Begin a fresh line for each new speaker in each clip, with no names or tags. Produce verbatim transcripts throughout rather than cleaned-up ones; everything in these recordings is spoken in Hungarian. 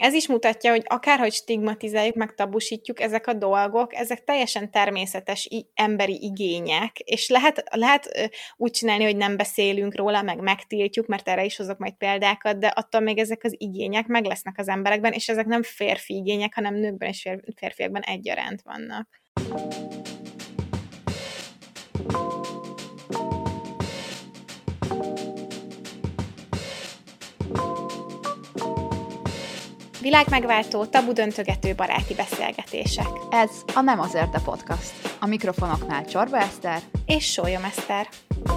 ez is mutatja, hogy akárhogy stigmatizáljuk, meg tabusítjuk, ezek a dolgok, ezek teljesen természetes i- emberi igények, és lehet, lehet úgy csinálni, hogy nem beszélünk róla, meg megtiltjuk, mert erre is hozok majd példákat, de attól még ezek az igények meg lesznek az emberekben, és ezek nem férfi igények, hanem nőkben és férfiakban egyaránt vannak. Világmegváltó, tabudöntögető baráti beszélgetések.
Ez a Nem azért, de podcast. A mikrofonoknál Csorba Eszter
és Sólyom Eszter.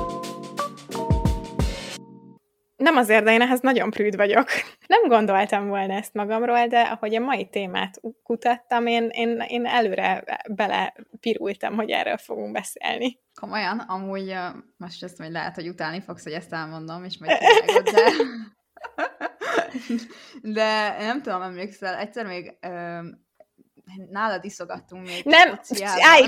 Nem azért, de én ehhez nagyon prűd vagyok. Nem gondoltam volna ezt magamról, de ahogy a mai témát kutattam, én, én, én előre belepirultam, hogy erről fogunk beszélni.
Komolyan, amúgy uh, most ezt majd lehet, hogy utálni fogsz, hogy ezt elmondom, és majd kivágod, de... de nem tudom, emlékszel, egyszer még uh, nálad iszogattunk még
nem, állj!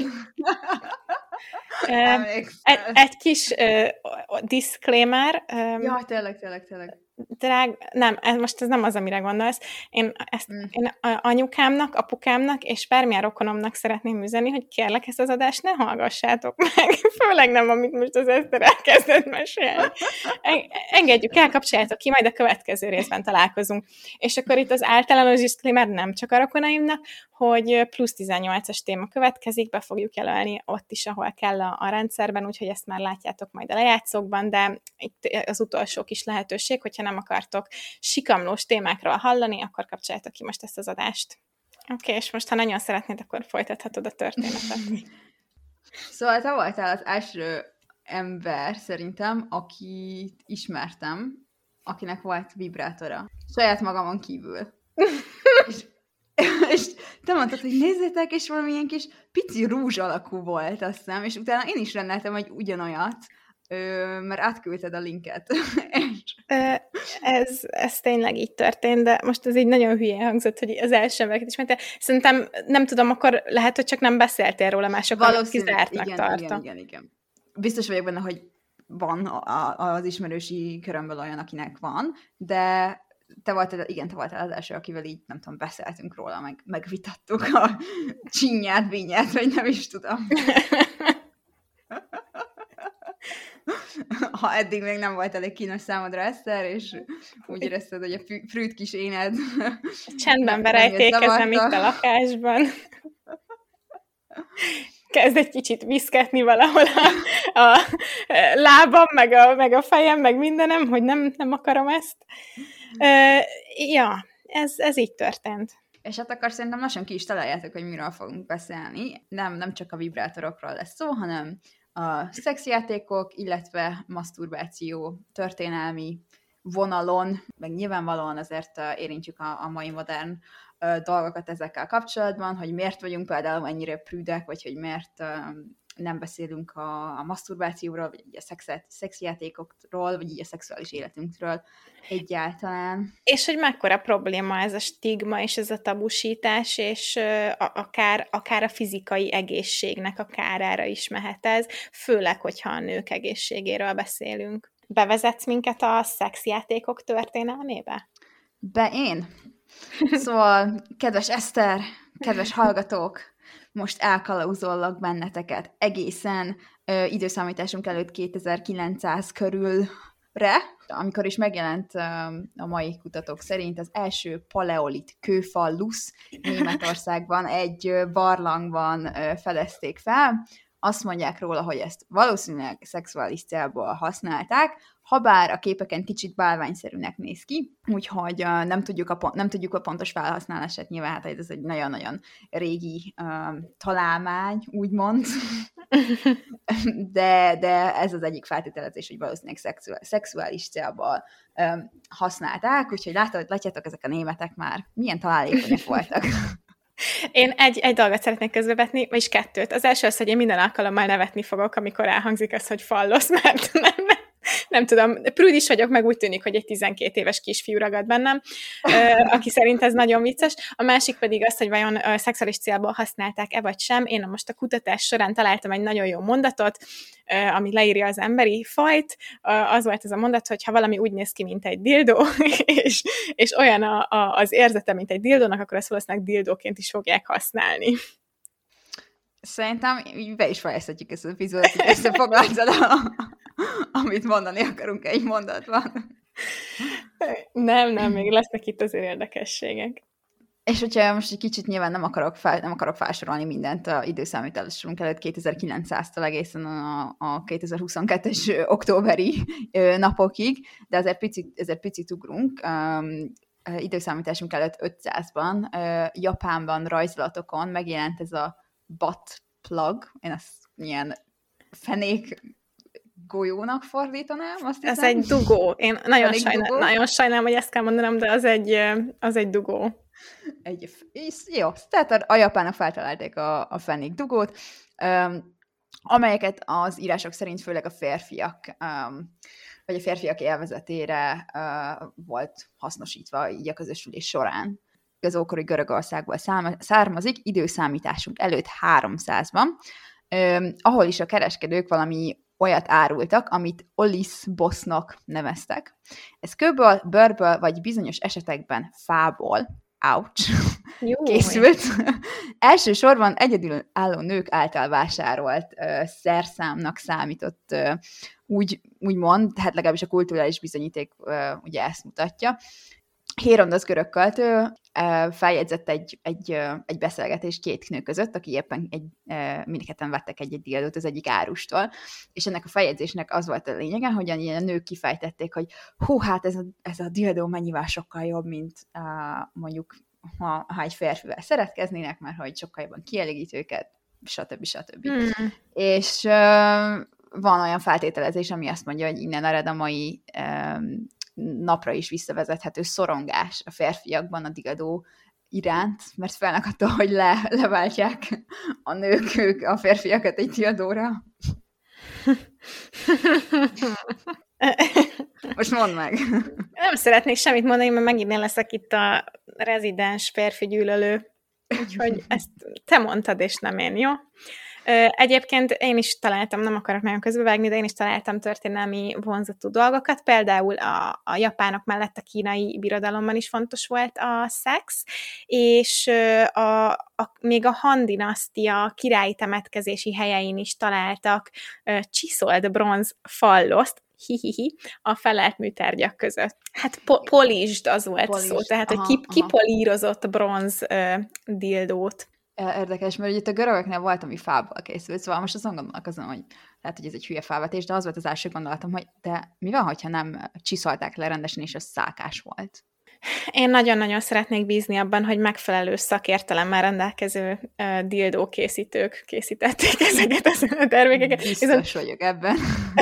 egy,
egy kis uh, disclaimer. Um,
Jaj, tényleg, tényleg, tényleg.
Drág, nem, ez most ez nem az, amire gondolsz. Én ezt mm. én anyukámnak, apukámnak és bármilyen rokonomnak szeretném üzenni, hogy kérlek, ezt az adást ne hallgassátok meg. Főleg nem, amit most az Eszter elkezdett mesélni. Engedjük el, kapcsoljátok ki, majd a következő részben találkozunk. És akkor itt az általános disclaimer nem csak a rokonaimnak, hogy plusz tizennyolcas téma következik, be fogjuk jelölni ott is, ahol kell a, a rendszerben, úgyhogy ezt már látjátok majd a lejátszókban, de itt az utolsó kis lehetőség, hogyha nem akartok sikamlós témákról hallani, akkor kapcsoljátok ki most ezt az adást. Oké, okay, és most, ha nagyon szeretnéd, akkor folytathatod a történetet.
Szóval te voltál az első ember, szerintem, akit ismertem, akinek volt vibrátora. Saját magamon kívül. és, és te mondtad, hogy nézzétek, és valamilyen kis pici rúzs alakú volt, azt hiszem, és utána én is rendeltem egy ugyanolyat, Ö, mert átküldted a linket.
ez, ez tényleg így történt, de most ez így nagyon hülye hangzott, hogy az első embereket ismerte. Szerintem, nem tudom, akkor lehet, hogy csak nem beszéltél róla, másokkal kizártnak
igen,
tartom.
igen, igen, igen. Biztos vagyok benne, hogy van a, az ismerősi körömből olyan, akinek van, de te voltál, igen, te voltál az első, akivel így, nem tudom, beszéltünk róla, meg, megvitattuk a csinyát, bínyát, vagy nem is tudom. Ha eddig még nem volt elég kínos számodra, Eszter, és úgy érezted, hogy a frűt kis éned...
Csendben berejtékezem itt a lakásban. Kezd egy kicsit viszketni valahol a, a lábam, meg a, meg a fejem, meg mindenem, hogy nem, nem akarom ezt. Uh, ja, ez, ez így történt.
És hát akkor szerintem lassan ki is találjátok, hogy miről fogunk beszélni. Nem, nem csak a vibrátorokról lesz szó, hanem a szexjátékok, illetve maszturbáció történelmi vonalon, meg nyilvánvalóan azért érintjük a, a mai modern uh, dolgokat ezekkel kapcsolatban, hogy miért vagyunk például ennyire prűdek, vagy hogy miért uh, nem beszélünk a, a maszturbációról, vagy a szexet, szexjátékokról, vagy így a szexuális életünkről egyáltalán.
És hogy mekkora probléma ez a stigma, és ez a tabusítás, és uh, akár, akár a fizikai egészségnek a kárára is mehet ez, főleg, hogyha a nők egészségéről beszélünk. Bevezetsz minket a szexjátékok történelmébe?
Be én? Szóval, kedves Eszter, kedves hallgatók, most elkalauzollak benneteket egészen ö, időszámításunk előtt kétezer-kilencszáz körülre, amikor is megjelent ö, a mai kutatók szerint az első paleolit kőfallusz Németországban egy ö, barlangban ö, fedezték fel. Azt mondják róla, hogy ezt valószínűleg szexuális célból használták, habár a képeken kicsit bálványszerűnek néz ki, úgyhogy uh, nem, tudjuk a pont, nem tudjuk a pontos felhasználását, nyilván hát ez egy nagyon-nagyon régi uh, találmány, úgymond, de, de ez az egyik feltételezés, hogy valószínűleg szexuális, szexuális célból um, használták, úgyhogy látod, látjátok, ezek a németek már milyen találékonyak voltak.
Én egy, egy dolgot szeretnék közbevetni, vagyis kettőt. Az első az, hogy én minden alkalommal nevetni fogok, amikor elhangzik az, hogy fallosz, mert nem, nem tudom, prűd is vagyok, meg úgy tűnik, hogy egy tizenkét éves kisfiú ragad bennem, aki szerint ez nagyon vicces. A másik pedig az, hogy vajon szexuális célból használták-e vagy sem. Én most a kutatás során találtam egy nagyon jó mondatot, ami leírja az emberi fajt. Az volt ez a mondat, hogy ha valami úgy néz ki, mint egy dildó, és, és olyan a, a, az érzete, mint egy dildónak, akkor ezt valószínűleg dildóként is fogják használni.
Szerintem így be is fejezhetjük ezt az epizódot, hogy összefoglaltad, amit mondani akarunk egy mondatban.
Nem, nem, még lesznek itt azért érdekességek.
És hogyha most egy kicsit nyilván nem akarok, fel, nem akarok felsorolni mindent a időszámításunk előtt kétezer-kilencszáztól egészen a, a kétezer-huszonkettes októberi napokig, de azért picit, ezért picit ugrunk. Um, időszámításunk előtt ötszázban uh, Japánban rajzolatokon megjelent ez a butt plug, én ezt milyen fenék golyónak fordítanám, azt hiszem.
Ez egy dugó. Én nagyon, sajnál, nagyon sajnálom, hogy ezt kell mondanom, de az egy, az egy dugó.
Egy, jó, tehát a, a japánok feltalálták a, a fenék dugót, um, amelyeket az írások szerint főleg a férfiak, um, vagy a férfiak élvezetére uh, volt hasznosítva így a közösülés során. Az ókori Görögországból származik, időszámításunk előtt háromszázban, um, ahol is a kereskedők valami olyat árultak, amit oliszbosznak neveztek. Ez kőből, bőrből, vagy bizonyos esetekben fából, ouch, Jó, készült. Elsősorban egyedül álló nők által vásárolt uh, szerszámnak számított, uh, úgy, úgymond, tehát legalábbis a kulturális bizonyíték uh, ugye ezt mutatja. Hérondosz görög költő uh, feljegyzett egy, egy, uh, egy beszélgetést két nő között, aki éppen egy, uh, mindketten vettek egy-egy dildót az egyik árustól, és ennek a feljegyzésnek az volt a lényege, hogy a nők kifejtették, hogy hú, hát ez a, ez a dildó mennyivel sokkal jobb, mint uh, mondjuk ha, ha egy férfivel szeretkeznének, mert hogy sokkal jobban kielégít őket, stb. stb. Hmm. És uh, van olyan feltételezés, ami azt mondja, hogy innen ered a mai um, napra is visszavezethető szorongás a férfiakban a dildó iránt, mert félnek attól, hogy le, leváltják a nők ők a férfiakat egy dildóra. Most mondd meg.
Nem szeretnék semmit mondani, mert megint én leszek itt a rezidens férfi gyűlölő. Úgyhogy ezt te mondtad, és nem én, jó? Egyébként én is találtam, nem akarok nagyon közbevágni, de én is találtam történelmi vonzatú dolgokat. Például a, a japánok mellett a kínai birodalomban is fontos volt a szex, és a, a, még a Han dinasztia királyi temetkezési helyein is találtak csiszolt bronz falloszt, hihihi, a felelt műtárgyak között. Hát po- polisd az volt polisd. Szó, tehát aha, hogy kipolírozott bronz uh, dildót.
Érdekes, mert ugye itt a görögöknél volt, ami fából készült, szóval most azon gondolkozom, hogy lehet, hogy ez egy hülye felvetés, de az volt az első gondolatom, hogy de mi van, hogyha nem csiszolták le rendesen, és az szálkás volt?
Én nagyon-nagyon szeretnék bízni abban, hogy megfelelő szakértelemmel rendelkező uh, dildókészítők készítették ezeket a termékeket.
Biztos Viszont... vagyok ebben.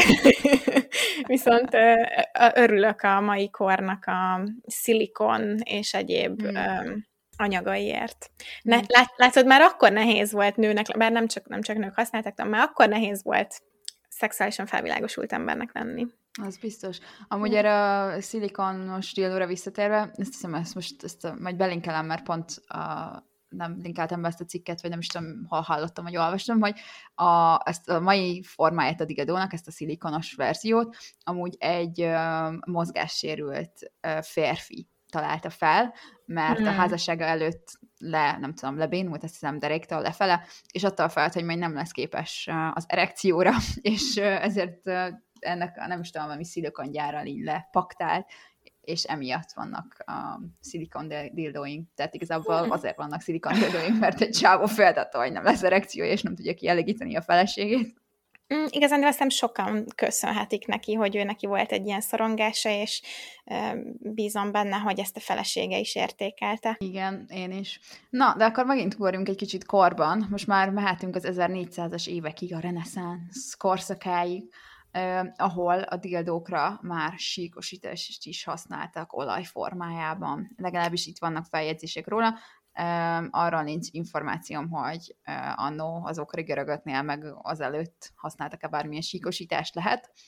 Viszont uh, örülök a mai kornak a szilikon és egyéb hmm. um, anyagaiért. Ne, lát, látod, már akkor nehéz volt nőnek, bár nem csak, nem csak nők használtak, de már akkor nehéz volt szexuálisan felvilágosult embernek lenni.
Az biztos. Amúgy erre a szilikonos dildóra visszatérve, ezt hiszem, ezt most ezt a, majd belinkelem, mert pont a, nem linkeltem be ezt a cikket, vagy nem is tudom, hol hallottam, vagy olvastam, hogy a, ezt a mai formáját a dildónak, ezt a szilikonos verziót, amúgy egy uh, mozgássérült uh, férfi találta fel, mert hmm. a házassága előtt le, nem tudom, lebénult, azt hiszem deréktől lefele, és attól felt, hogy majd nem lesz képes az erekcióra, és ezért ennek nem is tudom, valami szilikongyárral így lepaktált, és emiatt vannak a szilikon dildóink. Tehát igazából azért vannak szilikon dildóink, mert egy csávó félt attól, hogy nem lesz erekciója, és nem tudja kielégíteni a feleségét.
Mm, igazán, de aztán sokan köszönhetik neki, hogy ő neki volt egy ilyen szorongása, és e, bízom benne, hogy ezt a felesége is értékelte.
Igen, én is. Na, de akkor megint ugorjunk egy kicsit korban. Most már mehetünk az ezernégyszázas évekig, a reneszánsz korszakáig, eh, ahol a dildókra már síkosítást is használtak olajformájában. Legalábbis itt vannak feljegyzések róla. Um, arról nincs információm, hogy uh, annó az ókori görögöknél meg azelőtt használtak-e bármilyen síkosítást lehet.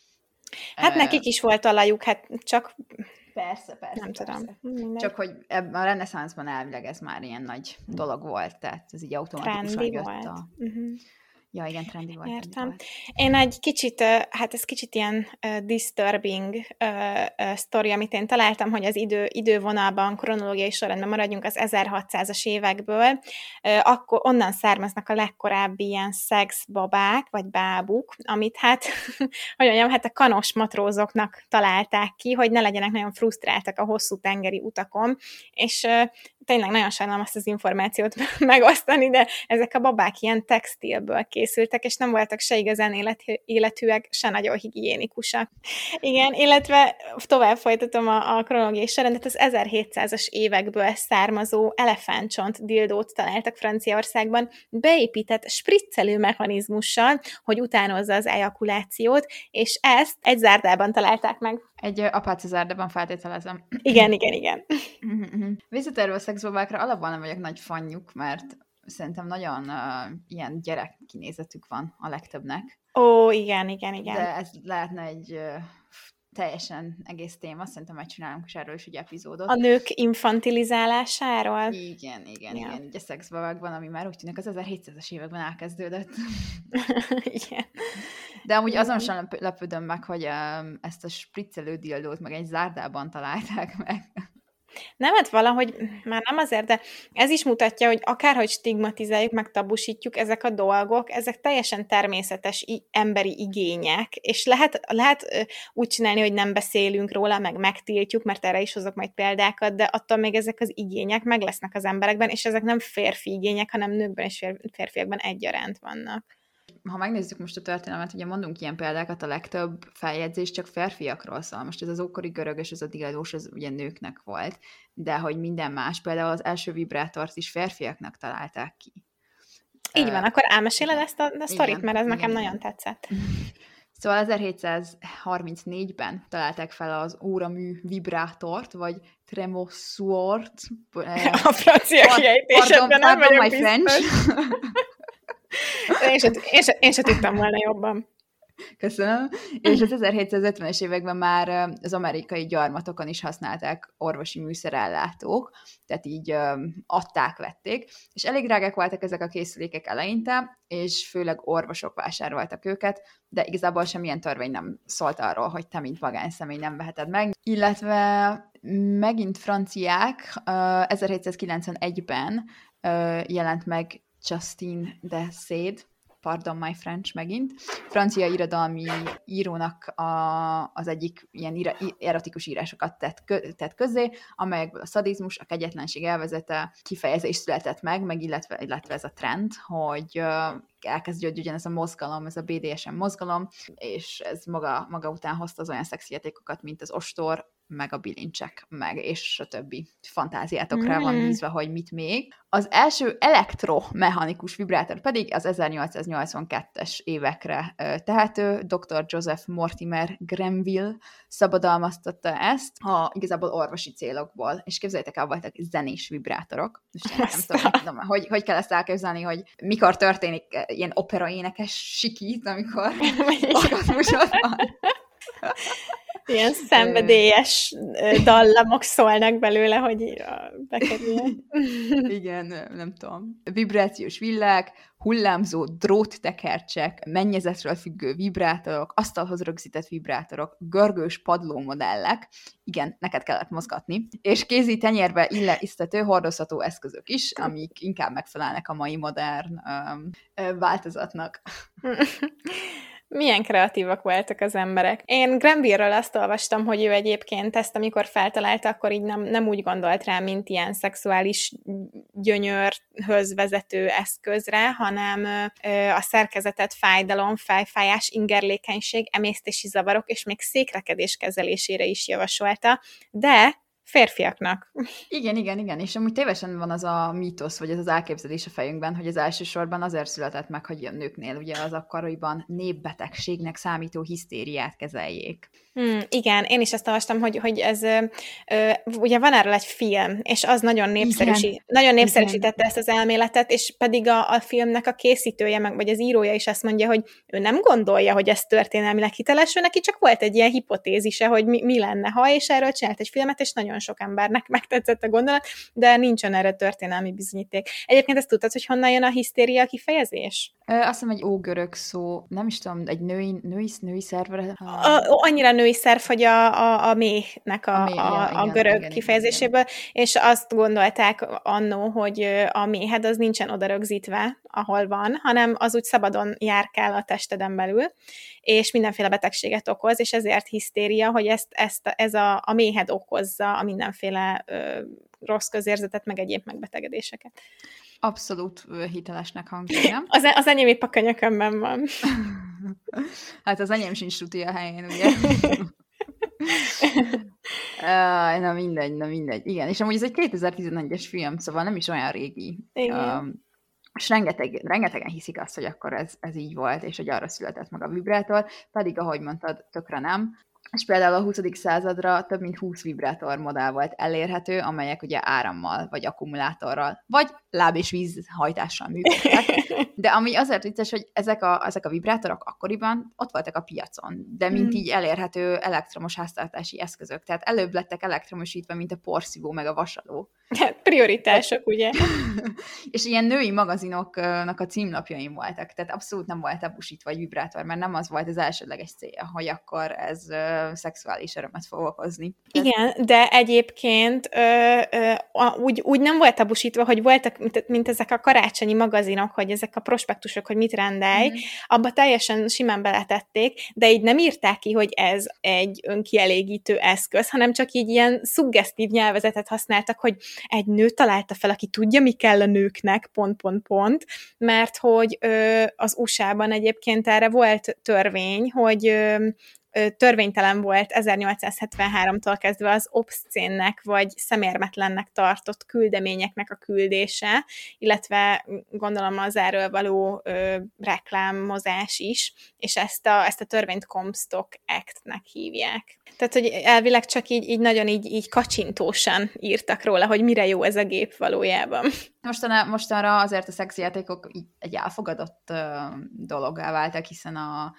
Hát nekik is volt alajuk, hát csak...
Persze, persze.
Nem
persze.
tudom. Mindegy.
Csak hogy ebben a reneszánszban elvileg ez már ilyen nagy dolog volt, tehát ez így automatikusan
trendi
jött
volt.
a...
Uh-huh.
Ja, igen, trendi volt.
Értem.
Trendi volt.
Én egy kicsit, hát ez kicsit ilyen uh, disturbing uh, uh, sztori, amit én találtam, hogy az idő, idővonalban, kronológiai sorrendben maradjunk az ezerhatszázas évekből, uh, akkor onnan származnak a legkorábbi ilyen szexbabák, vagy bábuk, amit hát, hogy mondjam, hát a kanos matrózoknak találták ki, hogy ne legyenek nagyon frusztráltak a hosszú tengeri utakon, és uh, tényleg nagyon sajnálom azt az információt megosztani, de ezek a babák ilyen textilből készültek, és nem voltak se igazán élet, életűek, se nagyon higiénikusak. Igen, illetve tovább folytatom a, a kronológiai sorrendet, az ezerhétszázas évekből származó elefántcsont dildót találtak Franciaországban, beépített spriccelő mechanizmussal, hogy utánozza az ejakulációt, és ezt egy zárdában találták meg.
Egy apáca zárdában feltételezem.
Igen, igen, igen.
Visszatérve a szexbabákra, alapban nem vagyok nagy fanjuk, mert szerintem nagyon uh, ilyen gyerekkinézetük van a legtöbbnek.
Ó, igen, igen, igen.
De ez lehetne egy uh, teljesen egész téma, szerintem megcsinálunk is erről is egy epizódot.
A nők infantilizálásáról?
Igen, igen, ja. igen. Így a szexbabákban, ami már úgy tűnik az ezerhétszázas években elkezdődött.
Igen.
De amúgy azon sem lepődöm meg, hogy um, ezt a spriccelő dildót meg egy zárdában találták meg.
Nem, hát valahogy már nem azért, de ez is mutatja, hogy akárhogy stigmatizáljuk, meg tabusítjuk, ezek a dolgok, ezek teljesen természetes i- emberi igények, és lehet, lehet úgy csinálni, hogy nem beszélünk róla, meg megtiltjuk, mert erre is hozok majd példákat, de attól még ezek az igények meg lesznek az emberekben, és ezek nem férfi igények, hanem nőkben és fér- férfiakban egyaránt vannak.
Ha megnézzük most a történelmet, ugye mondunk ilyen példákat, a legtöbb feljegyzés csak férfiakról szól. Most ez az ókori görög és ez a dildós, ez ugye nőknek volt, de hogy minden más, például az első vibrátort is férfiaknak találták ki.
Így uh, van, akkor elmeséled igen. ezt a, a sztorit,
igen,
mert ez
igen,
nekem
igen.
nagyon tetszett.
Szóval ezerhétszázharmincnégyben találták fel az óramű vibrátort, vagy tremosuort.
A francia kiejtésedben nem vagyok
my
biztos.
French.
Én se, én, se, én se tudtam volna jobban.
Köszönöm. És az ezerhétszázötvenes években már az amerikai gyarmatokon is használták orvosi műszerellátók, tehát így adták, vették, és elég drágák voltak ezek a készülékek eleinte, és főleg orvosok vásároltak őket, de igazából semmilyen törvény nem szólt arról, hogy te, mint magánszemély nem veheted meg. Illetve megint franciák ezerhétszázkilencvenegyben jelent meg Justine de Sade, pardon my French megint, francia irodalmi írónak a, az egyik ilyen ira, erotikus írásokat tett, kö, tett közzé, amelyekből a szadizmus, a kegyetlenség elvezete kifejezés született meg, meg illetve, illetve ez a trend, hogy uh, elkezdődjön ez a mozgalom, ez a bé dé es em mozgalom, és ez maga, maga után hozta az olyan szexjátékokat, mint az ostor, meg a bilincsek, meg és a többi fantáziátokra mm. van bízva, hogy mit még. Az első elektromechanikus vibrátor pedig az ezernyolcszáznyolcvankettes évekre tehető, doktor Joseph Mortimer Grenville szabadalmaztatta ezt, a, igazából orvosi célokból, és képzeljétek el, voltak zenés vibrátorok. Most nem tudom, nem tudom hogy, hogy kell ezt elképzelni, hogy mikor történik ilyen operaénekes sikít, amikor orgazmusod van.
Ilyen szenvedélyes dallamok szólnak belőle, hogy bekerüljen.
Igen, nem tudom. Vibrációs villák, hullámzó dróttekercsek, mennyezetről függő vibrátorok, asztalhoz rögzített vibrátorok, görgős padlómodellek, igen, neked kellett mozgatni, és kézi tenyérbe illesztető hordozható eszközök is, amik inkább megfelelnek a mai modern um, változatnak.
Milyen kreatívak voltak az emberek. Én Grenville-ről azt olvastam, hogy ő egyébként ezt, amikor feltalálta, akkor így nem, nem úgy gondolt rá, mint ilyen szexuális gyönyörhöz vezető eszközre, hanem a szerkezetet fájdalom, fejfájás, ingerlékenység, emésztési zavarok és még székrekedés kezelésére is javasolta, de férfiaknak.
Igen, igen, igen, és amúgy tévesen van az a mítosz, vagy az az elképzelés a fejünkben, hogy az elsősorban azért született meg, hogy a nőknél ugye az akkoriban népbetegségnek számító hisztériát kezeljék.
Hmm, igen, én is ezt olvastam, hogy, hogy ez, ö, ö, ugye van erről egy film, és az nagyon, népszerűsi, nagyon népszerűsítette igen. ezt az elméletet, és pedig a, a filmnek a készítője, meg, vagy az írója is azt mondja, hogy ő nem gondolja, hogy ez történelmileg hiteles, ő neki csak volt egy ilyen hipotézise, hogy mi, mi lenne, ha, és erről csinált egy filmet, és nagyon sok embernek megtetszett a gondolat, de nincsen erre történelmi bizonyíték. Egyébként ezt tudtad, hogy honnan jön a hisztéria kifejezés?
Ö, azt hiszem egy ógörög szó, nem is tudom, egy női, női, női szervre.
A, annyira női szerv, hogy a, a, a méhnek a, a, méh, a, ja, a igen, görög igen, kifejezéséből, igen. És azt gondolták annó, hogy a méhed az nincsen oda rögzítve, ahol van, hanem az úgy szabadon járkál a testeden belül, és mindenféle betegséget okoz, és ezért hisztéria, hogy ezt, ezt ez a, a méhed okozza a mindenféle ö, rossz közérzetet, meg egyéb megbetegedéseket.
Abszolút hitelesnek hangzik, nem?
Az, az enyém épp a könyökömben van.
Hát az enyém sincs tuti a helyén, ugye? uh, na mindegy, na mindegy. Igen, és amúgy ez egy kétezer-tizenegyes film, szóval nem is olyan régi. Um, és rengeteg, rengetegen hiszik azt, hogy akkor ez, ez így volt, és hogy arra született meg a vibrátor, pedig, ahogy mondtad, tökre nem. És például a huszadik századra több mint húsz vibrátor modell volt elérhető, amelyek ugye árammal, vagy akkumulátorral, vagy láb- és vízhajtással működtek. De ami azért vicces, hogy ezek a, ezek a vibrátorok akkoriban ott voltak a piacon, de mint mm. így elérhető elektromos háztartási eszközök. Tehát előbb lettek elektromosítva, mint a porszívó, meg a vasaló.
Hát prioritások, ugye?
És ilyen női magazinoknak a címlapjaim voltak, tehát abszolút nem volt tabusítva egy vibrátor, mert nem az volt az elsődleges célja, hogy akkor ez ö, szexuális örömet fog okozni.
Igen, de egyébként ö, ö, úgy, úgy nem volt tabusítva, hogy voltak, mint, mint ezek a karácsonyi magazinok, hogy ezek a prospektusok, hogy mit rendelj, mm. abba teljesen simán beletették, de így nem írták ki, hogy ez egy önkielégítő eszköz, hanem csak így ilyen szuggesztív nyelvezetet használtak, hogy egy nő találta fel, aki tudja, mi kell a nőknek, pont, pont, pont, mert hogy ö, az u es á-ban egyébként erre volt törvény, hogy ö, törvénytelen volt ezernyolcszázhetvenháromtól kezdve az obszcénnek vagy szemérmetlennek tartott küldeményeknek a küldése, illetve gondolom az erről való ö, reklámozás is, és ezt a, ezt a törvényt Comstock Act-nek hívják. Tehát, hogy elvileg csak így, így nagyon így, így kacsintósan írtak róla, hogy mire jó ez a gép valójában.
Mostanra, mostanra azért a szexjátékok így egy elfogadott uh, dologgá váltak, hiszen a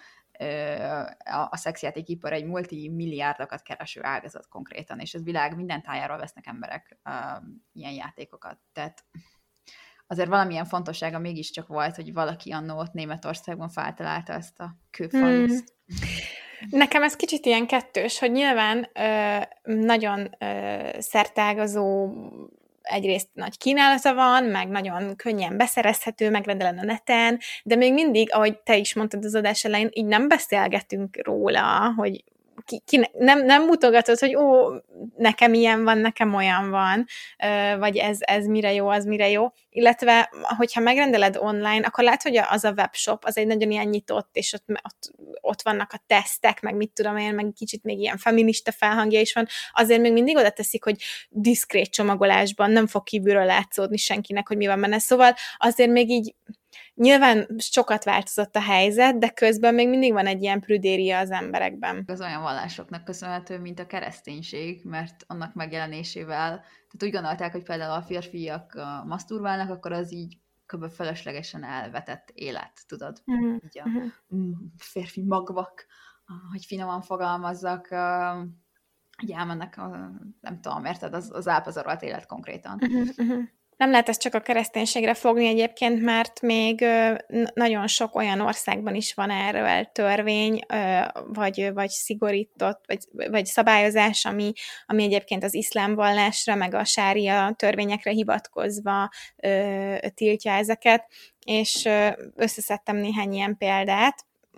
a, a szexjátékipar egy multimilliárdokat kereső ágazat konkrétan, és ez világ minden tájáról vesznek emberek uh, ilyen játékokat. Tehát azért valamilyen fontossága mégiscsak volt, hogy valaki annó ott Németországban feltalálta ezt a kőfalmuszt. Hmm.
Nekem ez kicsit ilyen kettős, hogy nyilván ö, nagyon ö, szertágazó egyrészt nagy kínálata van, meg nagyon könnyen beszerezhető, megrendelem a neten, de még mindig, ahogy te is mondtad az adás elején, így nem beszélgetünk róla, hogy ki, ki, nem, nem mutogatod, hogy ó, nekem ilyen van, nekem olyan van, vagy ez, ez mire jó, az mire jó. Illetve, hogyha megrendeled online, akkor lehet, hogy az a webshop, az egy nagyon ilyen nyitott, és ott, ott, ott vannak a tesztek, meg mit tudom én, meg kicsit még ilyen feminista felhangja is van, azért még mindig oda teszik, hogy diszkrét csomagolásban nem fog kívülről látszódni senkinek, hogy mi van benne. Szóval azért még így nyilván sokat változott a helyzet, de közben még mindig van egy ilyen prüdéria az emberekben.
Az olyan vallásoknak köszönhető, mint a kereszténység, mert annak megjelenésével, tehát úgy gondolták, hogy például a férfiak maszturbálnak, akkor az így kb. Feleslegesen elvetett élet, tudod? Mm. Így a mm, férfi magvak, hogy finoman fogalmazzak, hogy elmennek, a, nem tudom, érted, az, az elpazarolt élet konkrétan.
Mm-hmm. Nem lehet ezt csak a kereszténységre fogni egyébként, mert még nagyon sok olyan országban is van erről törvény, vagy, vagy szigorított, vagy, vagy szabályozás, ami, ami egyébként az iszlám vallásra, meg a sária törvényekre hivatkozva tiltja ezeket, és összeszedtem néhány ilyen példát.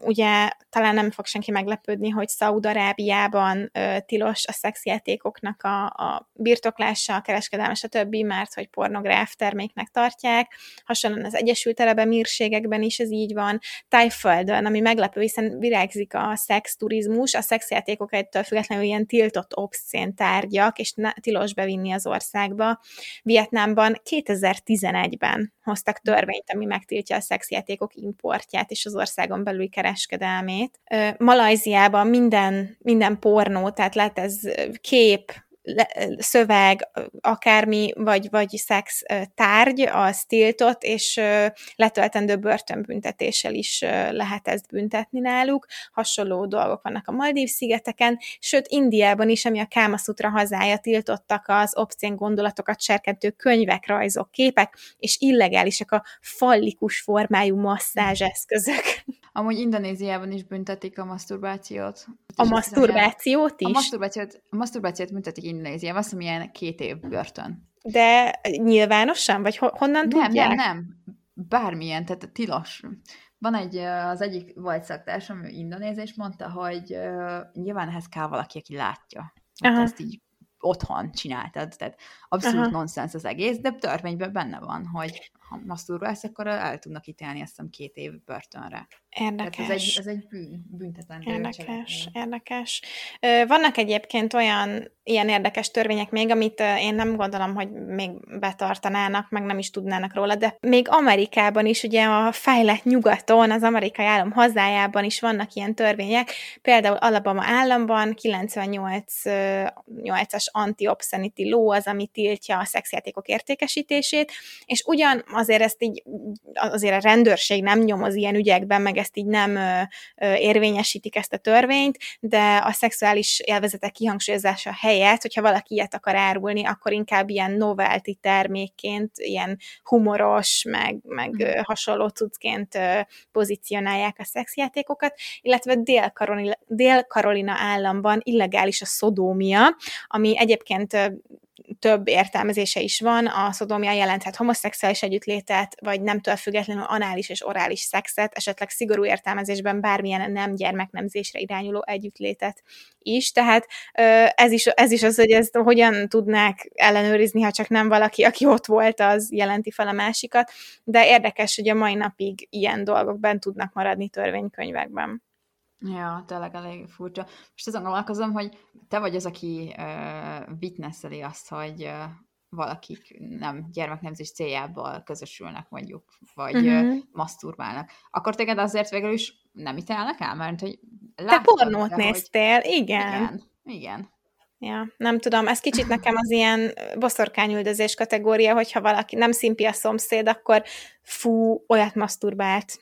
ugye talán nem fog senki meglepődni, hogy Szaúd-Arábiában ö, tilos a szexjátékoknak a, a birtoklása, a kereskedelme, stb., mert hogy pornográf terméknek tartják. Hasonlóan az Egyesült Arab Emírségekben is ez így van. Tájföldön, ami meglepő, hiszen virágzik a szexturizmus, a szexjátékok ettől függetlenül ilyen tiltott obszcén tárgyak, és ne, tilos bevinni az országba. Vietnámban kétezer-tizenegyben hoztak törvényt, ami megtiltja a szexjátékok importját és az országon belüli kereskedelmét. Malajziában minden, minden pornó, tehát lehet ez kép, szöveg, akármi, vagy, vagy szex tárgy, az tiltott, és letöltendő börtönbüntetéssel is lehet ezt büntetni náluk. Hasonló dolgok vannak a Maldív-szigeteken, sőt Indiában is, ami a Káma Szutra hazája, tiltottak az obszcén gondolatokat serkentő könyvek, rajzok, képek, és illegálisak a fallikus formájú masszázseszközök.
Amúgy Indonéziában is büntetik a maszturbációt.
A maszturbációt is?
A maszturbációt, a maszturbációt büntetik Indonéziában, azt hiszem ilyen két év börtön.
De nyilvánosan? Vagy honnan
nem,
tudják?
Nem, nem, bármilyen, tehát tilos. Van egy, az egyik volt szaktársam, ő indonéz, és mondta, hogy uh, nyilván ehhez kell valaki, aki látja. Hát ezt így otthon csináltad, tehát abszolút nonsens az egész, de törvényben benne van, hogy ha maszturbálsz, akkor el tudnak ítélni, azt hiszem, két év börtönre.
Érdekes.
Tehát ez egy, ez egy bűn, büntetendő
Érdekes,
cselekmény.
érdekes. Vannak egyébként olyan ilyen érdekes törvények még, amit én nem gondolom, hogy még betartanának, meg nem is tudnának róla, de még Amerikában is, ugye a fejlett nyugaton, az amerikai állam hazájában is vannak ilyen törvények, például Alabama államban kilencvennyolcas anti-obscenity law az, ami tiltja a szexjátékok értékesítését, és ugyan azért ezt így, azért a rendőrség nem nyomoz ilyen ügyekben, meg ezt így nem ö, ö, érvényesítik ezt a törvényt, de a szexuális élvezetek kihangsúlyozása helyett, hogyha valaki ilyet akar árulni, akkor inkább ilyen novelty termékként, ilyen humoros, meg, meg ö, hasonló cuccként ö, pozícionálják a szexjátékokat, illetve Dél-Karolina, Dél-Karolina államban illegális a szodómia, ami egyébként ö, több értelmezése is van, a szodómia jelenthet homoszexuális együttlétet, vagy nemtől függetlenül anális és orális szexet, esetleg szigorú értelmezésben bármilyen nem gyermeknemzésre irányuló együttlétet is, tehát ez is, ez is az, hogy ezt hogyan tudnák ellenőrizni, ha csak nem valaki, aki ott volt, az jelenti fel a másikat, de érdekes, hogy a mai napig ilyen dolgok bent tudnak maradni törvénykönyvekben.
Ja, tényleg elég furcsa. Most azon gondolkozom, hogy te vagy az, aki uh, witnesseli azt, hogy uh, valakik nem gyermeknemzés céljából közösülnek mondjuk, vagy uh-huh. uh, maszturbálnak. Akkor téged azért végül is nem ítélnek el? Mert hogy láttad,
te pornót de, néztél, hogy... igen.
Igen, igen.
Ja, nem tudom, ez kicsit nekem az ilyen boszorkányüldözés kategória, hogyha valaki nem szimpi a szomszéd, akkor fú, olyat maszturbált.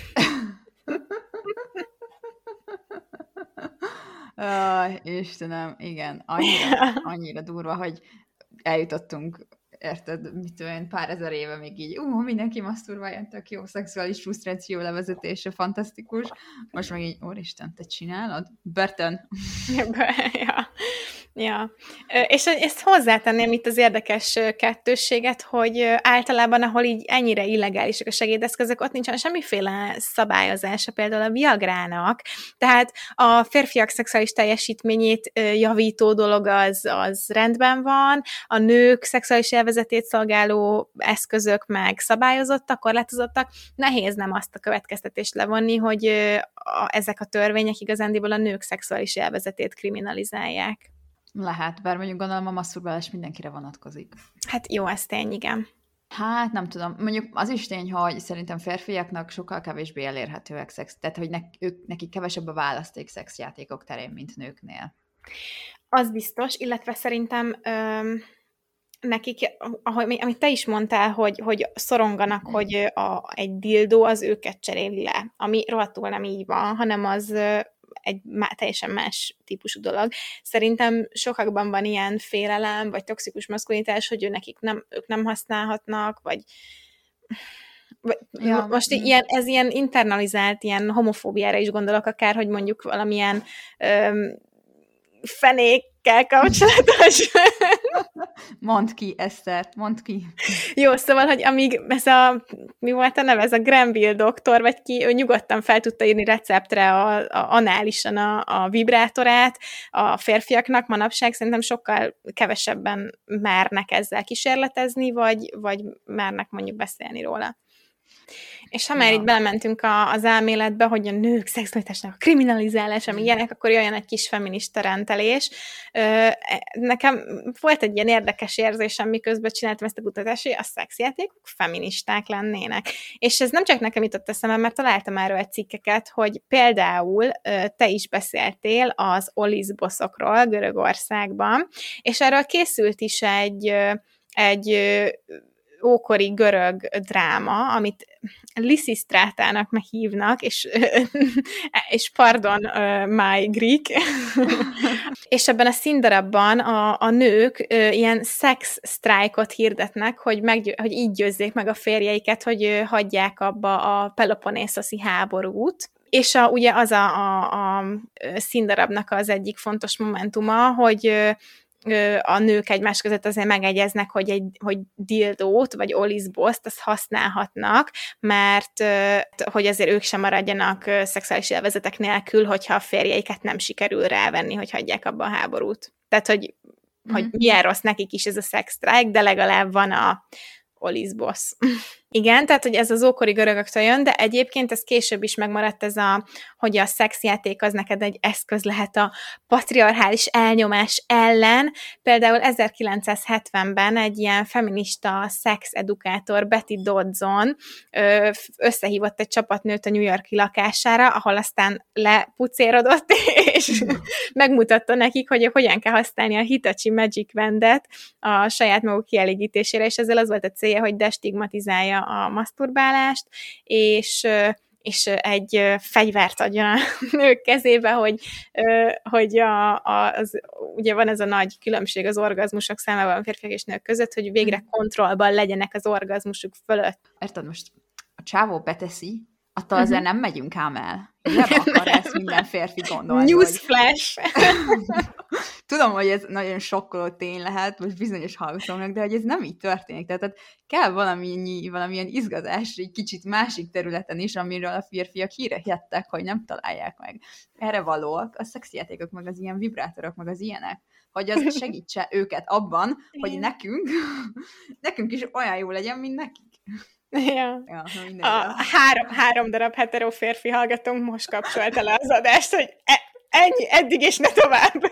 Uh, Istenem, igen, annyira, annyira durva, hogy eljutottunk, érted, mit tudom, pár ezer éve még így, ú, uh, mindenki maszturbáljon, tök jó, szexuális frusztráció levezetése, fantasztikus, most meg így, úristen, te csinálod? Börtön.
ja. Ja, és ezt hozzátenném itt az érdekes kettősséget, hogy általában, ahol így ennyire illegálisak a segédeszközök, ott nincsen semmiféle szabályozása, például a Viagrának, tehát a férfiak szexuális teljesítményét javító dolog az, az rendben van, a nők szexuális élvezetét szolgáló eszközök meg szabályozottak, korlátozottak, nehéz nem azt a következtetést levonni, hogy a, ezek a törvények igazándiból a nők szexuális élvezetét kriminalizálják.
Lehet, bár mondjuk gondolom a maszturbálás mindenkire vonatkozik.
Hát jó, ez tény, igen.
Hát nem tudom, mondjuk az is tény, hogy szerintem férfiaknak sokkal kevésbé elérhetőek szex, tehát hogy ne, ők, nekik kevesebb a választék szexjátékok terén, mint nőknél.
Az biztos, illetve szerintem öm, nekik, ahogy, amit te is mondtál, hogy, hogy szoronganak, hogy a, egy dildó az őket cseréli le, ami rohadtul nem így van, hanem az egy má, teljesen más típusú dolog. Szerintem sokakban van ilyen félelem, vagy toxikus maszkulinitás, hogy ő nekik nem, ők nem használhatnak, vagy, vagy ja. most ilyen, ez ilyen internalizált, ilyen homofóbiára is gondolok akár, hogy mondjuk valamilyen öm, fenék nőkkel kapcsolatos.
Mondd ki, Eszter, mondd ki.
Jó, szóval, hogy amíg ez a, mi volt a neve, ez a Granville doktor, vagy ki, ő nyugodtan fel tudta írni receptre a, a, análisan a, a vibrátorát a férfiaknak, manapság szerintem sokkal kevesebben mernek ezzel kísérletezni, vagy, vagy mernek mondjuk beszélni róla. És ha már ja. itt belementünk a, az elméletbe, hogy a nők szexualitásnak a kriminalizálása, ami ilyenek, akkor jöjjön egy kis feminista rendelés. Nekem volt egy ilyen érdekes érzésem, miközben csináltam ezt a kutatást, hogy a szexjátékok feministák lennének. És ez nem csak nekem jutott eszembe, mert találtam erről egy cikkeket, hogy például te is beszéltél az Olisboszokról Görögországban, és erről készült is egy, egy ókori görög dráma, amit Lysisztrátának hívnak, és, és pardon, uh, my Greek, és ebben a színdarabban a, a nők uh, ilyen szex sztrájkot hirdetnek, hogy, meggy- hogy így győzzék meg a férjeiket, hogy uh, hagyják abba a Peloponnészoszi háborút. És a, ugye az a, a, a színdarabnak az egyik fontos momentuma, hogy uh, a nők egymás között azért megegyeznek, hogy egy hogy dildót, vagy olisboszt, azt használhatnak, mert hogy azért ők sem maradjanak szexuális élvezetek nélkül, hogyha a férjeiket nem sikerül rávenni, hogy hagyják abba a háborút. Tehát, hogy, mm-hmm. hogy milyen rossz nekik is ez a sex strike, de legalább van a olisbosz. Igen, tehát, hogy ez az ókori görögöktől jön, de egyébként ez később is megmaradt ez a, hogy a szexjáték az neked egy eszköz lehet a patriarchális elnyomás ellen. Például ezerkilencszázhetvenben egy ilyen feminista szexedukátor, Betty Dodson összehívott egy csapatnőt a New York-i lakására, ahol aztán lepucérodott, és megmutatta nekik, hogy hogyan kell használni a Hitachi Magic Wandet a saját maguk kielégítésére, és ezzel az volt a célja, hogy destigmatizálja a maszturbálást, és, és egy fegyvert adjon a nők kezébe, hogy, hogy a, a, az, ugye van ez a nagy különbség az orgazmusok számában a férfiak és nők között, hogy végre kontrollban legyenek az orgazmusuk fölött.
Érted, most a csávó beteszi, attól uh-huh. azért nem megyünk ám el. Nem akar ezt minden férfi gondolni.
Newsflash!
Tudom, hogy ez nagyon sokkoló tény lehet, most bizonyos hallgatóknak, de hogy ez nem így történik. Tehát, tehát kell valami, valamilyen izgatás egy kicsit másik területen is, amiről a férfiak hírehettek, hogy nem találják meg. Erre valóak a szexjátékok, meg az ilyen vibrátorok, meg az ilyenek, hogy az segítse őket abban, hogy nekünk, nekünk is olyan jó legyen, mint nekik.
Ja. Ja, a három, három darab hetero férfi hallgatónk most kapcsolta le az adást, hogy e, ennyi, eddig és ne tovább.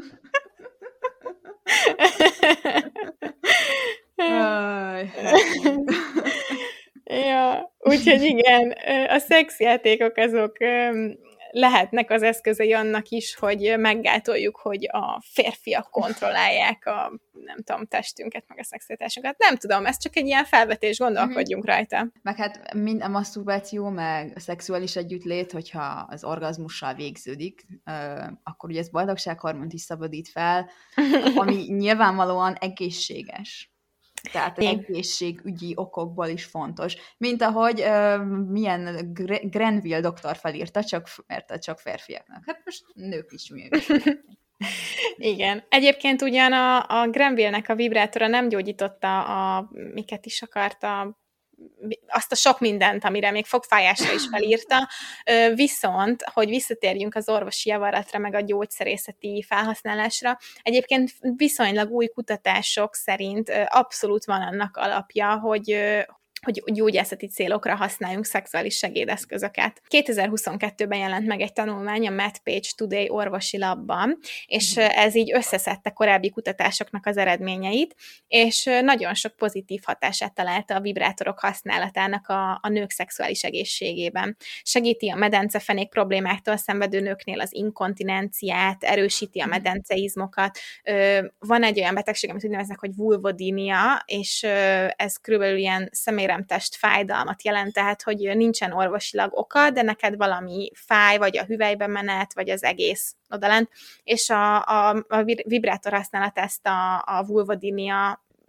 Ja, úgyhogy igen, a szexjátékok azok lehetnek az eszközei annak is, hogy meggátoljuk, hogy a férfiak kontrollálják a, nem tudom, testünket, meg a szexualitásunkat. Nem tudom, ez csak egy ilyen felvetés, gondolkodjunk mm-hmm. rajta.
Meg hát mind a maszturbáció, meg a szexuális együttlét, hogyha az orgazmussal végződik, akkor ugye ez boldogsághormont is szabadít fel, ami nyilvánvalóan egészséges. Tehát egészségügyi okokból is fontos. Mint ahogy uh, milyen Gr- Granville doktor felírta, csak, mert csak férfiaknak. Hát most nők is működnek.
Igen. Egyébként ugyan a, a Granville-nek a vibrátora nem gyógyította a, miket is akarta, azt a sok mindent, amire még fogfájásra is felírta, viszont, hogy visszatérjünk az orvosi javaratra, meg a gyógyszerészeti felhasználásra, egyébként viszonylag új kutatások szerint abszolút van annak alapja, hogy hogy gyógyászati célokra használjunk szexuális segédeszközöket. kétezer-huszonkettőben jelent meg egy tanulmány a MedPage Today orvosi labban, és ez így összeszedte korábbi kutatásoknak az eredményeit, és nagyon sok pozitív hatását találta a vibrátorok használatának a, a nők szexuális egészségében. Segíti a medencefenék problémáktól szenvedő nőknél az inkontinenciát, erősíti a medenceizmokat. Van egy olyan betegség, amit úgy neveznek, hogy vulvodinia, és ez körülbelül ilyen személyre test fájdalmat jelent, tehát, hogy nincsen orvosilag oka, de neked valami fáj, vagy a hüvelybe menet, vagy az egész odalent, és a, a, a vibrátor használat ezt a, a vulvodinia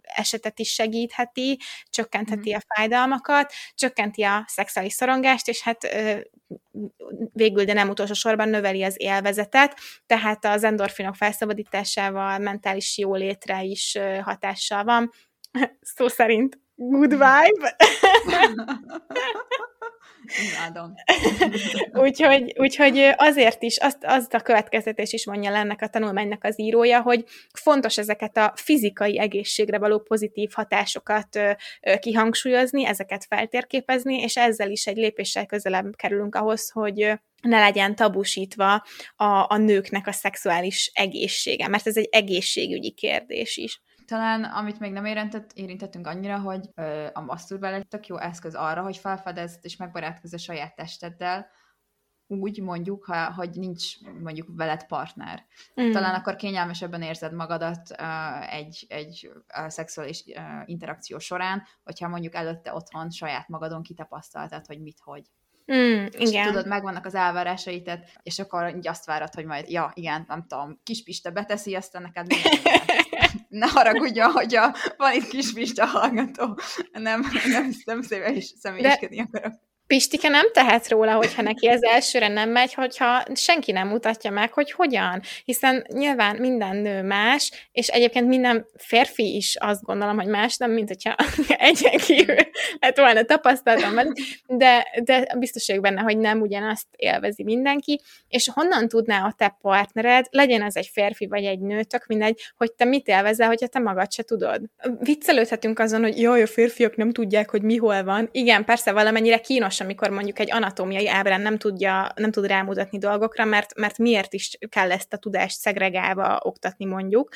esetet is segítheti, csökkentheti mm. a fájdalmakat, csökkenti a szexuális szorongást, és hát végül, de nem utolsó sorban növeli az élvezetet, tehát az endorfinok felszabadításával mentális jólétre is hatással van. Szó szerint good vibe.
Imádom.
úgyhogy, úgyhogy azért is, azt, azt a következtetés is mondja le ennek a tanulmánynak az írója, hogy fontos ezeket a fizikai egészségre való pozitív hatásokat ö, ö, kihangsúlyozni, ezeket feltérképezni, és ezzel is egy lépéssel közelebb kerülünk ahhoz, hogy ö, ne legyen tabusítva a, a nőknek a szexuális egészsége, mert ez egy egészségügyi kérdés is.
Talán, amit még nem érintett, érintettünk annyira, hogy ö, a maszturbálás tök jó eszköz arra, hogy felfedezd és megbarátkozz a saját testeddel, úgy mondjuk, ha, hogy nincs mondjuk veled partner. Mm. Talán akkor kényelmesebben érzed magadat uh, egy, egy uh, szexuális uh, interakció során, hogyha mondjuk előtte otthon saját magadon kitapasztaltad, hogy mit, hogy.
Mm,
és
igen.
tudod, megvannak az elvárásaited, és akkor így azt várod, hogy majd, ja, igen, nem tudom, Kis Pista beteszi, aztán neked ne haragudjon, hogyha van itt Kis Pista hallgató. Nem, nem, nem szépen is személyiskedni akarok.
Pistike nem tehet róla, hogyha neki ez elsőre nem megy, hogyha senki nem mutatja meg, hogy hogyan. Hiszen nyilván minden nő más, és egyébként minden férfi is azt gondolom, hogy más, nem mint hogyha egyen kívül lett volna tapasztalatom velük, de, de biztos vagyok benne, hogy nem ugyanazt élvezi mindenki, és honnan tudná a te partnered, legyen ez egy férfi vagy egy nő, tök mindegy, hogy te mit élvezel, hogyha te magad se tudod. Viccelődhetünk azon, hogy jaj, a férfiak nem tudják, hogy mi hol van. Igen, persze valamennyire kínos, amikor mondjuk egy anatómiai ábrán nem tudja, nem tud rámutatni dolgokra, mert, mert miért is kell ezt a tudást szegregálva oktatni mondjuk.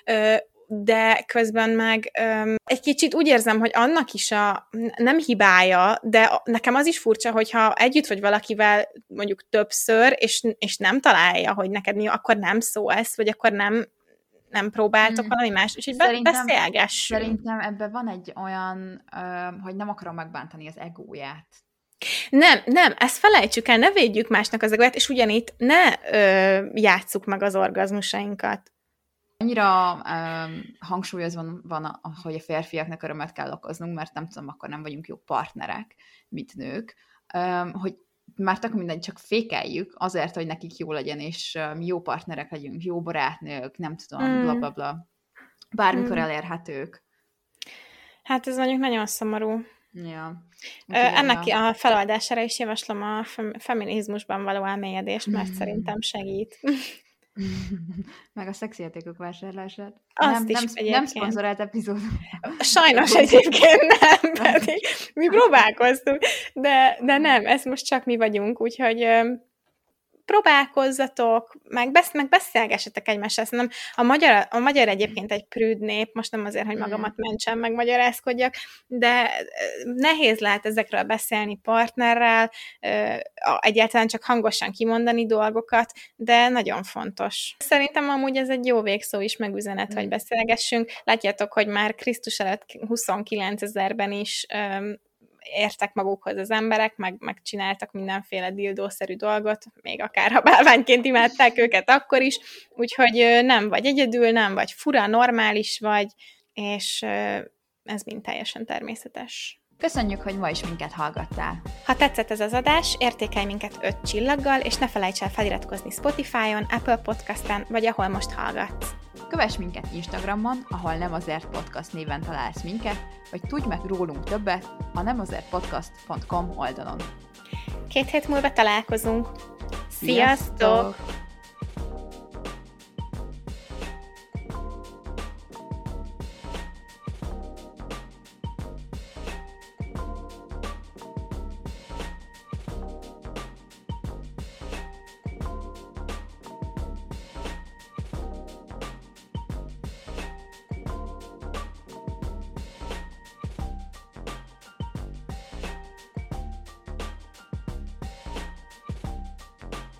De közben meg egy kicsit úgy érzem, hogy annak is a nem hibája, de nekem az is furcsa, hogyha együtt vagy valakivel mondjuk többször, és, és nem találja, hogy neked mi, akkor nem szólsz, vagy akkor nem nem próbáltok mm. valami más, úgyhogy szerintem, beszélgessünk.
Szerintem ebben van egy olyan, hogy nem akarom megbántani az egóját.
Nem, nem, ezt felejtsük el, ne védjük másnak az egóját, és ugyanitt ne ö, játsszuk meg az orgazmusainkat.
Annyira um, hangsúlyozva van, hogy a férfiaknak örömet kell okoznunk, mert nem tudom, akkor nem vagyunk jó partnerek, mint nők, um, hogy már tök mindegy, csak fékeljük azért, hogy nekik jó legyen, és um, jó partnerek legyünk, jó barátnők, nem tudom, mm. bla bla bla. Bármikor mm. elérhetők.
Hát ez mondjuk nagyon szomorú.
Ja.
Ö, ennek a feloldására is javaslom a fem- feminizmusban való elmélyedést, mert mm. szerintem segít.
Meg a szexjátékok vásárlását.
Azt
nem,
is
nem,
egyébként.
Nem szponzorált epizód.
Sajnos egyébként nem, pedig mi próbálkoztunk, de, de nem, ez most csak mi vagyunk, úgyhogy próbálkozzatok, meg, besz, meg beszélgessetek egymással. Szerintem a magyar, a magyar egyébként egy prűd nép, most nem azért, hogy magamat mentsem, meg magyarázkodjak, de nehéz lehet ezekről beszélni partnerrel, egyáltalán csak hangosan kimondani dolgokat, de nagyon fontos. Szerintem amúgy ez egy jó végszó is, meg üzenet, mm. hogy beszélgessünk. Látjátok, hogy már Krisztus előtt huszonkilencezerben is értek magukhoz az emberek, meg, meg csináltak mindenféle dildószerű dolgot, még akár ha bálványként imádták őket akkor is, úgyhogy nem vagy egyedül, nem vagy fura, normális vagy, és ez mind teljesen természetes.
Köszönjük, hogy ma is minket hallgattál.
Ha tetszett ez az adás, értékelj minket öt csillaggal, és ne felejts el feliratkozni Spotify-on, Apple Podcasten, vagy ahol most hallgatsz.
Kövess minket Instagramon, ahol Nem Azért Podcast néven találsz minket, vagy tudj meg rólunk többet a nemazertpodcast pont com oldalon.
Két hét múlva találkozunk. Sziasztok! Sziasztok!